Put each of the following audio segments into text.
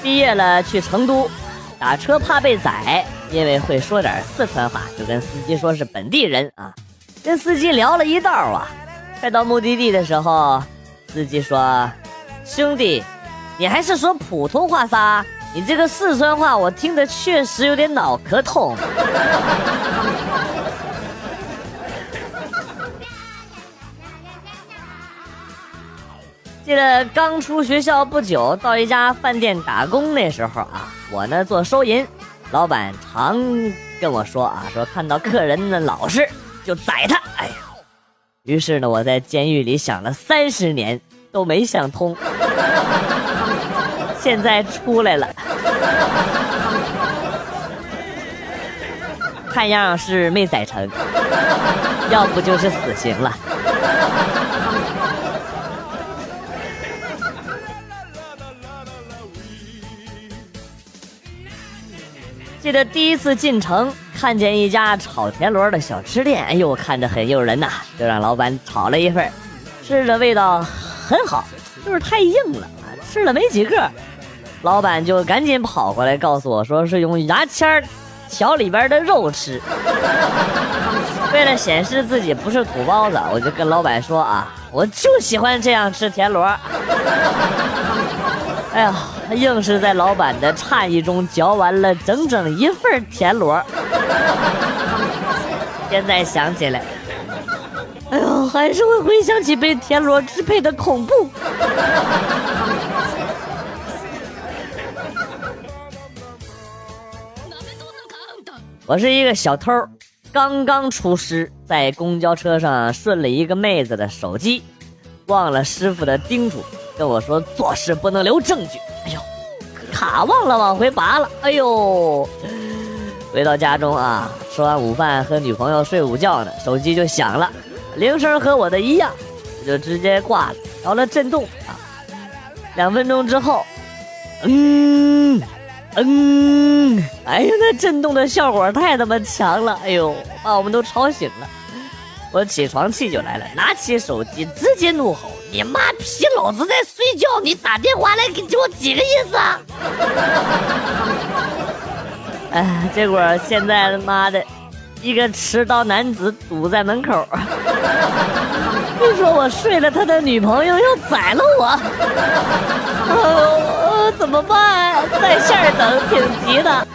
毕业了去成都，打车怕被宰，因为会说点四川话，就跟司机说是本地人啊。跟司机聊了一道啊，快到目的地的时候，司机说：“兄弟，你还是说普通话撒，你这个四川话我听得确实有点脑壳痛。”记得刚出学校不久，到一家饭店打工那时候啊，我呢做收银，老板常跟我说啊，说看到客人呢老实就宰他。哎呀，于是呢我在监狱里想了30年都没想通，现在出来了，看样是没宰成，要不就是死刑了。记得第一次进城，看见一家炒田螺的小吃店，哎呦，看着很诱人呐，就让老板炒了一份，吃的味道很好，就是太硬了，吃了没几个，老板就赶紧跑过来告诉我说是用牙签挑里边的肉吃。为了显示自己不是土包子，我就跟老板说啊，我就喜欢这样吃田螺。哎呀，硬是在老板的诧异中嚼完了整整一份田螺。现在想起来，哎呦，还是会回想起被田螺支配的恐怖。我是一个小偷，刚刚出师，在公交车上顺了一个妹子的手机，忘了师傅的叮嘱，跟我说做事不能留证据。哎呦，卡忘了往回拔了。哎呦，回到家中啊，吃完午饭和女朋友睡午觉呢，手机就响了，铃声和我的一样，我就直接挂了，调了震动啊。2分钟之后，哎呀，那震动的效果太他妈强了，哎呦，把我们都吵醒了。我起床气就来了，拿起手机直接怒吼：“你妈逼，老子在睡觉，你打电话来给我几个意思啊？”哎，结果现在他妈的一个持刀男子堵在门口，就说我睡了他的女朋友，要宰了我。怎么办？在线等，挺急的。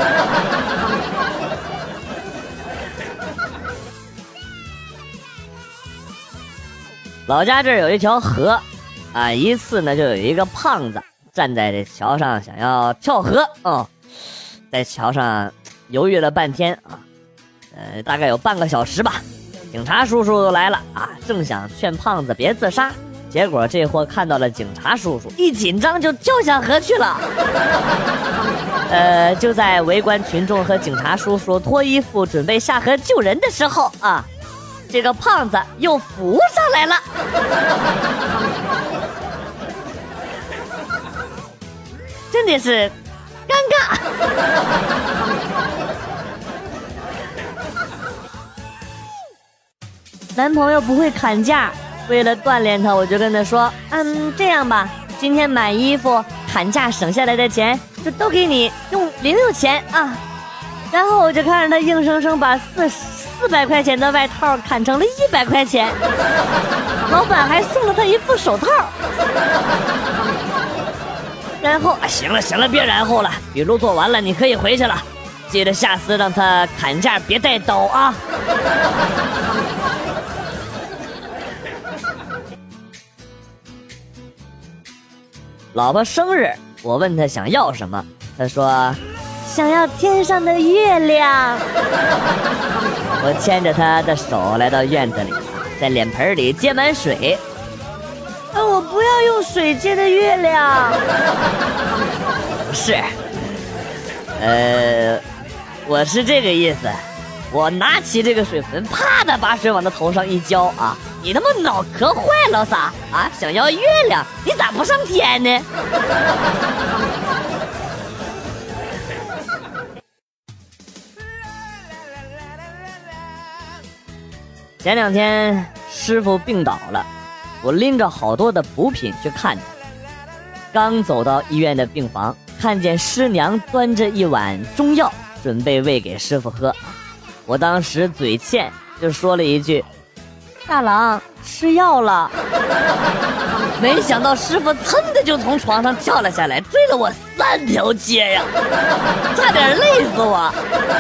老家这儿有一条河啊，一次呢就有一个胖子站在这桥上想要跳河在桥上犹豫了半天啊，大概有半个小时吧。警察叔叔来了啊，正想劝胖子别自杀，结果这货看到了警察叔叔，一紧张就跳下河去了。就在围观群众和警察叔叔脱衣服准备下河救人的时候啊，这个胖子又浮上来了。真的是尴尬。男朋友不会砍价，为了锻炼他，我就跟他说，这样吧，今天买衣服砍价省下来的钱就都给你用零用钱啊。然后我就看着他硬生生把400块钱的外套砍成了100块钱，老板还送了他一副手套。然后行了，别然后了，笔录做完了，你可以回去了，记得下次让他砍价别带刀啊。老婆生日，我问他想要什么，他说想要天上的月亮。我牵着他的手来到院子里，在脸盆里接满水。我不要用水接的月亮。不是，我是这个意思。我拿起这个水盆，啪的把水往他头上一浇啊！你他妈脑壳坏了啥啊？想要月亮，你咋不上天呢？前2天师傅病倒了，我拎着好多的补品去看他。刚走到医院的病房， 看见师娘端着一碗中药准备喂给师傅喝，我当时嘴欠就说了一句：大郎吃药了。没想到师傅噌的就从床上跳了下来，追了我3条街呀，差点累死我。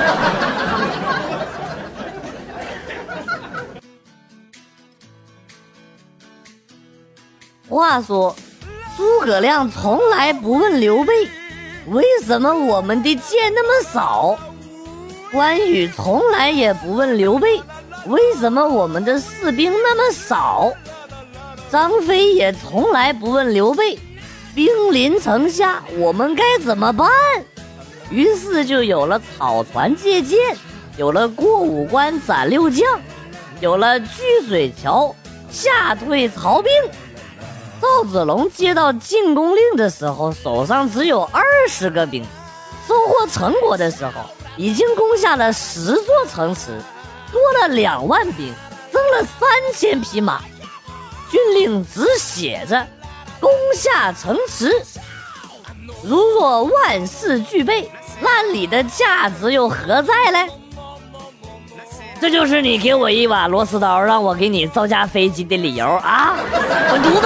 话说诸葛亮从来不问刘备为什么我们的箭那么少，关羽从来也不问刘备为什么我们的士兵那么少，张飞也从来不问刘备兵临城下我们该怎么办。于是就有了草船借箭，有了过五关斩六将，有了据水桥吓退曹兵。赵子龙接到进攻令的时候，手上只有20个兵，收获成果的时候已经攻下了10座城池，多了2万兵，增了3000匹马。军令只写着攻下城池，如若万事俱备，那里的价值又何在嘞？这就是你给我一把螺丝刀让我给你造架飞机的理由啊！滚犊子！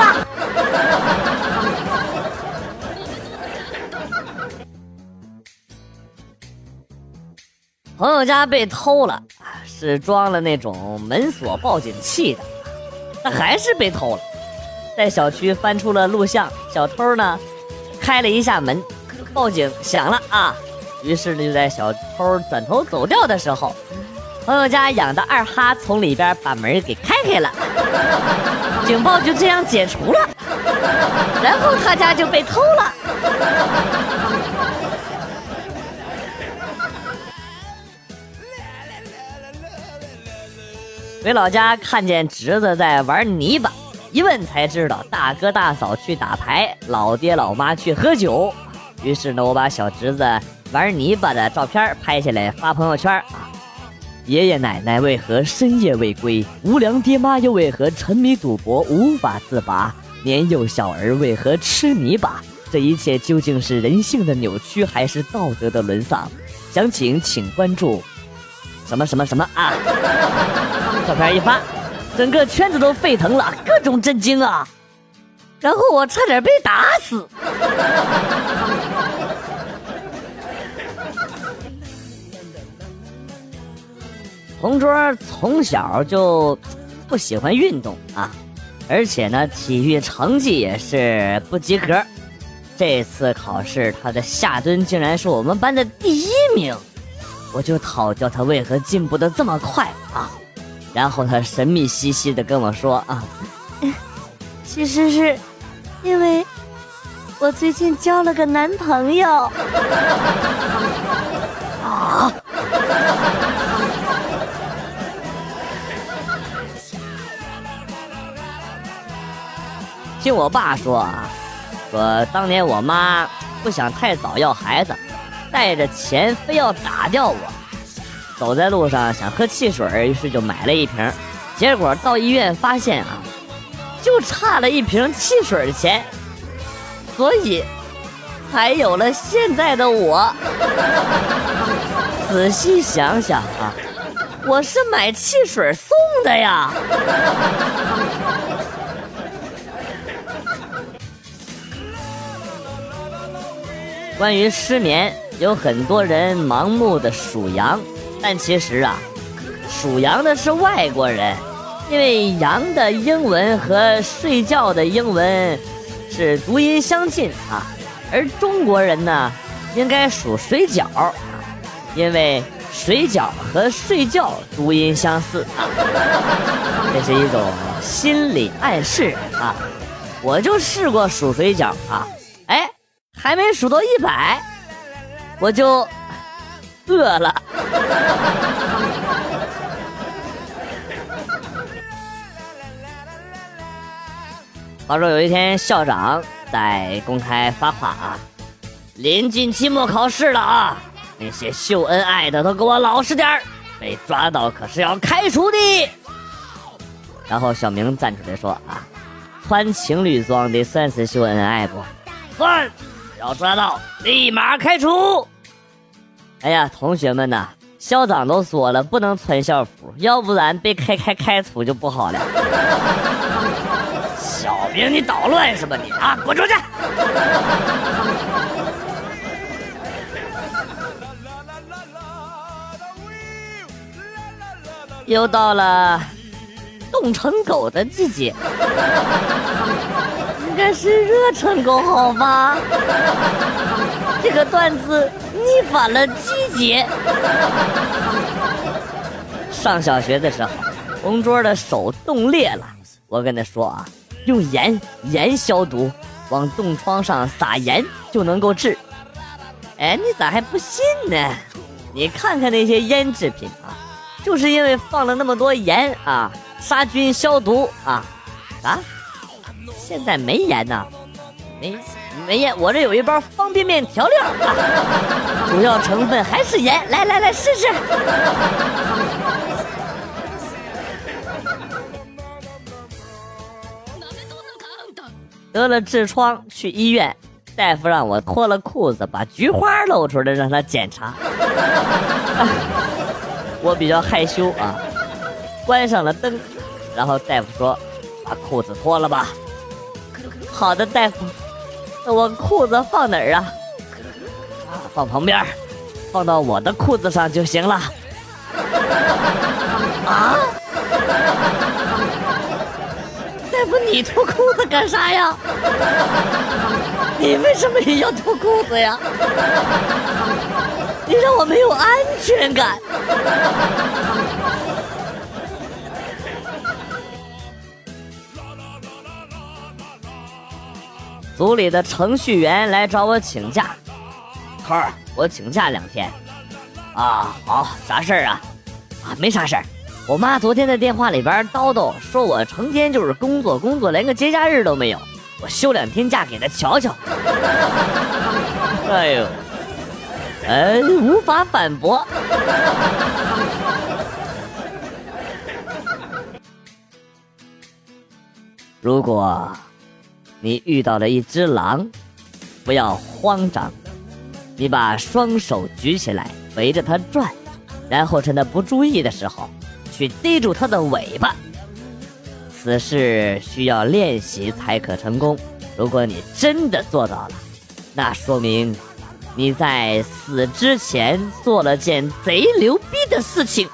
朋友家被偷了，是装了那种门锁报警器的，但还是被偷了。在小区翻出了录像，小偷呢开了一下门，报警响了啊！于是就在小偷转头走掉的时候，朋友家养的二哈从里边把门给开了，警报就这样解除了，然后他家就被偷了。回老家看见侄子在玩泥巴，一问才知道大哥大嫂去打牌，老爹老妈去喝酒。于是呢，我把小侄子玩泥巴的照片拍下来发朋友圈啊。爷爷奶奶为何深夜未归？无良爹妈又为何沉迷赌博无法自拔？年幼小儿为何吃泥巴？这一切究竟是人性的扭曲，还是道德的沦丧？详情请关注什么什么什么啊！照片一发，整个圈子都沸腾了，各种震惊啊！然后我差点被打死。同桌从小就不喜欢运动啊，而且呢体育成绩也是不及格。这次考试他的下蹲竟然是我们班的第1名，我就讨教他为何进步的这么快啊。然后他神秘兮兮的跟我说啊，其实是因为我最近交了个男朋友。啊！听我爸说啊，说当年我妈不想太早要孩子，带着钱非要打掉我。走在路上想喝汽水，于是就买了一瓶，结果到医院发现啊，就差了1瓶汽水的钱，所以才有了现在的我。仔细想想啊，我是买汽水送的呀。关于失眠，有很多人盲目的数羊，但其实啊，属羊的是外国人，因为羊的英文和睡觉的英文是读音相近啊，而中国人呢，应该属水饺啊，因为水饺和睡觉读音相似啊，这是一种心理暗示啊。我就试过数水饺啊，哎，还没数到100，我就饿了。话说有一天校长在公开发话啊，临近期末考试了啊，那些秀恩爱的都给我老实点，被抓到可是要开除的。然后小明站出来说啊，穿情侣装的算是秀恩爱不？算。 要抓到立马开除。哎呀，同学们呐，校长都说了不能穿校服，要不然被开除就不好了。小明，你捣乱是吧你啊？滚出去！又到了冻成狗的季节，应该是热成狗好吧？这个段子逆反了季节。上小学的时候，同桌的手冻裂了，我跟他说啊，用盐消毒，往冻疮上撒盐就能够治。哎，你咋还不信呢？你看看那些腌制品啊，就是因为放了那么多盐啊，杀菌消毒啊。啊，现在没盐呐、没盐，我这有一包方便面调料啊，主要成分还是盐。来试试。得了痔疮去医院，大夫让我脱了裤子把菊花露出来让他检查。我比较害羞啊，关上了灯，然后大夫说把裤子脱了吧。好的，大夫，那我裤子放哪儿啊？放旁边，放到我的裤子上就行了。啊？大夫，你脱裤子干啥呀？你为什么也要脱裤子呀？你让我没有安全感。组里的程序员来找我请假，头儿，我请假2天。啊，好，啥事儿啊？啊，没啥事儿。我妈昨天在电话里边叨叨，说我成天就是工作，连个节假日都没有。我休2天假给她瞧瞧。哎呦，无法反驳。如果你遇到了一只狼，不要慌张，你把双手举起来围着它转，然后趁它不注意的时候去逮住它的尾巴。此事需要练习才可成功，如果你真的做到了，那说明你在死之前做了件贼牛逼的事情。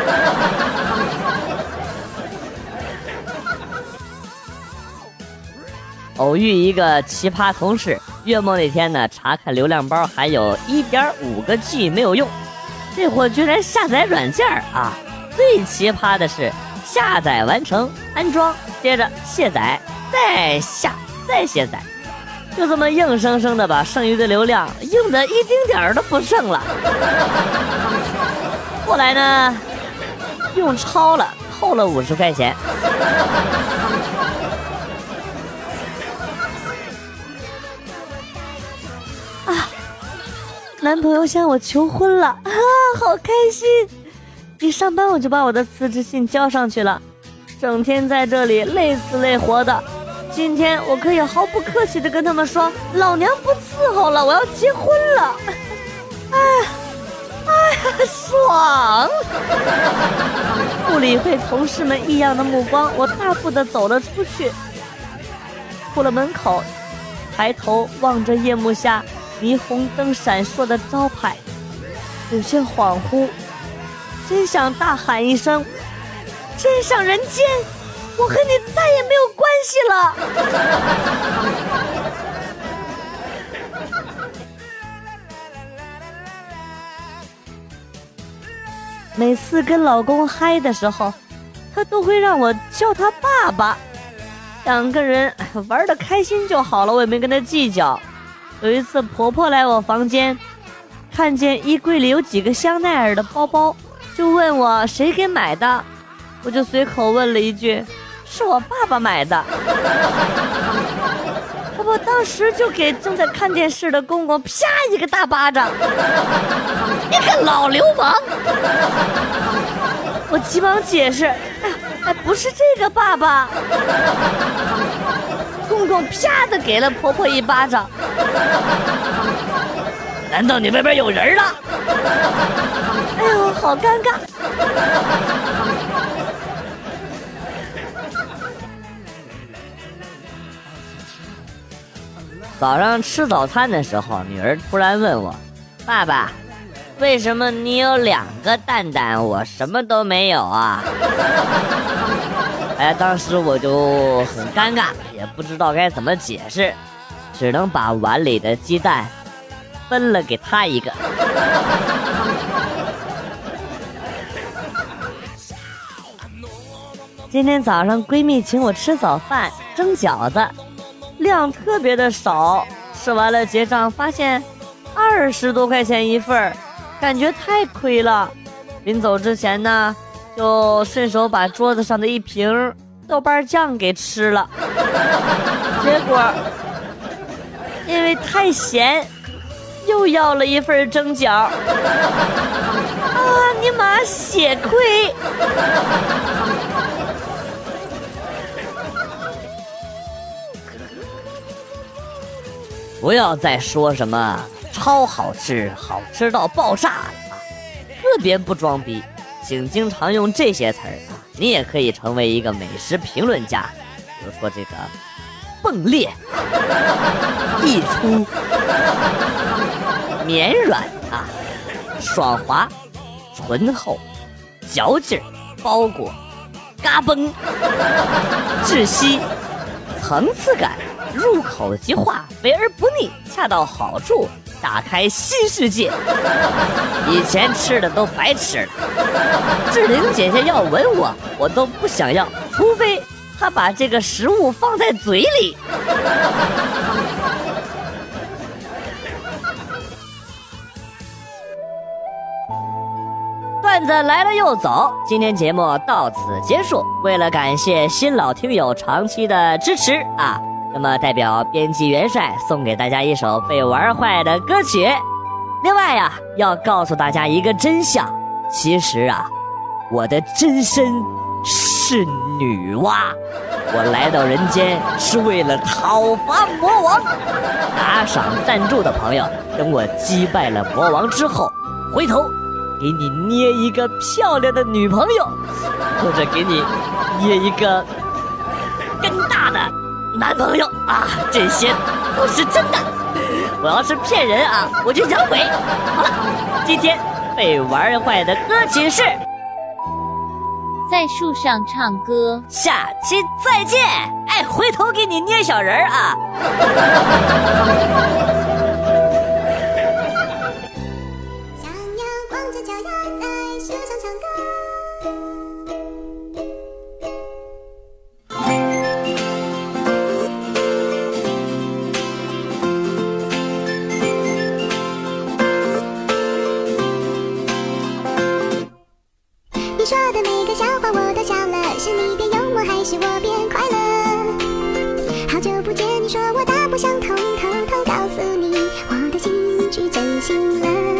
偶遇一个奇葩同事，月末那天呢，查看流量包还有1.5个G 没有用，这货居然下载软件啊！最奇葩的是下载完成安装，接着卸载再卸载，就这么硬生生的把剩余的流量用的一丁点儿都不剩了。后来呢，用超了，扣了50块钱。男朋友向我求婚了啊，好开心！一上班我就把我的辞职信交上去了，整天在这里累死累活的。今天我可以毫不客气地跟他们说，老娘不伺候了，我要结婚了。哎呀，爽！不理会同事们异样的目光，我大步地走了出去。出了门口，抬头望着夜幕下霓虹灯闪烁的招牌，有些恍惚，真想大喊一声，天上人间，我和你再也没有关系了。每次跟老公嗨的时候，他都会让我叫他爸爸，两个人玩得开心就好了，我也没跟他计较。有一次婆婆来我房间，看见衣柜里有几个香奈儿的包包，就问我谁给买的，我就随口问了一句，是我爸爸买的。婆婆当时就给正在看电视的公公啪一个大巴掌，你个老流氓！我急忙解释，哎，不是这个爸爸。公公啪的给了婆婆一巴掌， 难道你外边有人了？ 哎呦，好尴尬。 早上吃早餐的时候，女儿突然问我：“爸爸，为什么你有2个蛋蛋，我什么都没有啊？”哎，当时我就很尴尬，也不知道该怎么解释，只能把碗里的鸡蛋分了给她一个。 今天早上闺蜜请我吃早饭，蒸饺子，量特别的少，吃完了结账发现20多块钱一份，感觉太亏了。临走之前呢，就顺手把桌子上的一瓶豆瓣酱给吃了，结果因为太咸，又要了一份蒸饺。啊你妈，血亏！ 不要再说什么超好吃，好吃到爆炸了啊！特别不装逼，请经常用这些词儿啊！你也可以成为一个美食评论家，比如说这个迸裂、溢出、绵软啊、爽滑、醇厚、嚼劲儿、包裹、嘎嘣、窒息、层次感、入口即化，肥而不腻，恰到好处，打开新世界。以前吃的都白吃了，志玲姐姐要吻我都不想要，除非她把这个食物放在嘴里。段子来了又走，今天节目到此结束。为了感谢新老听友长期的支持啊，那么代表编辑元帅送给大家一首被玩坏的歌曲。另外呀，要告诉大家一个真相，其实啊，我的真身是女娲，我来到人间是为了讨伐魔王。打赏赞助的朋友，等我击败了魔王之后，回头给你捏一个漂亮的女朋友，或者给你捏一个更大的男朋友啊，这些都是真的。我要是骗人啊，我就养鬼。好了，今天被玩坏的歌曲是在树上唱歌， 下期再见。哎，回头给你捏小人啊。 小鸟光着脚丫在树上唱歌。你说的每个笑话我都笑了，是你变幽默还是我变快乐？好久不见，你说我大不相同，偷偷告诉你，我的心去真心了。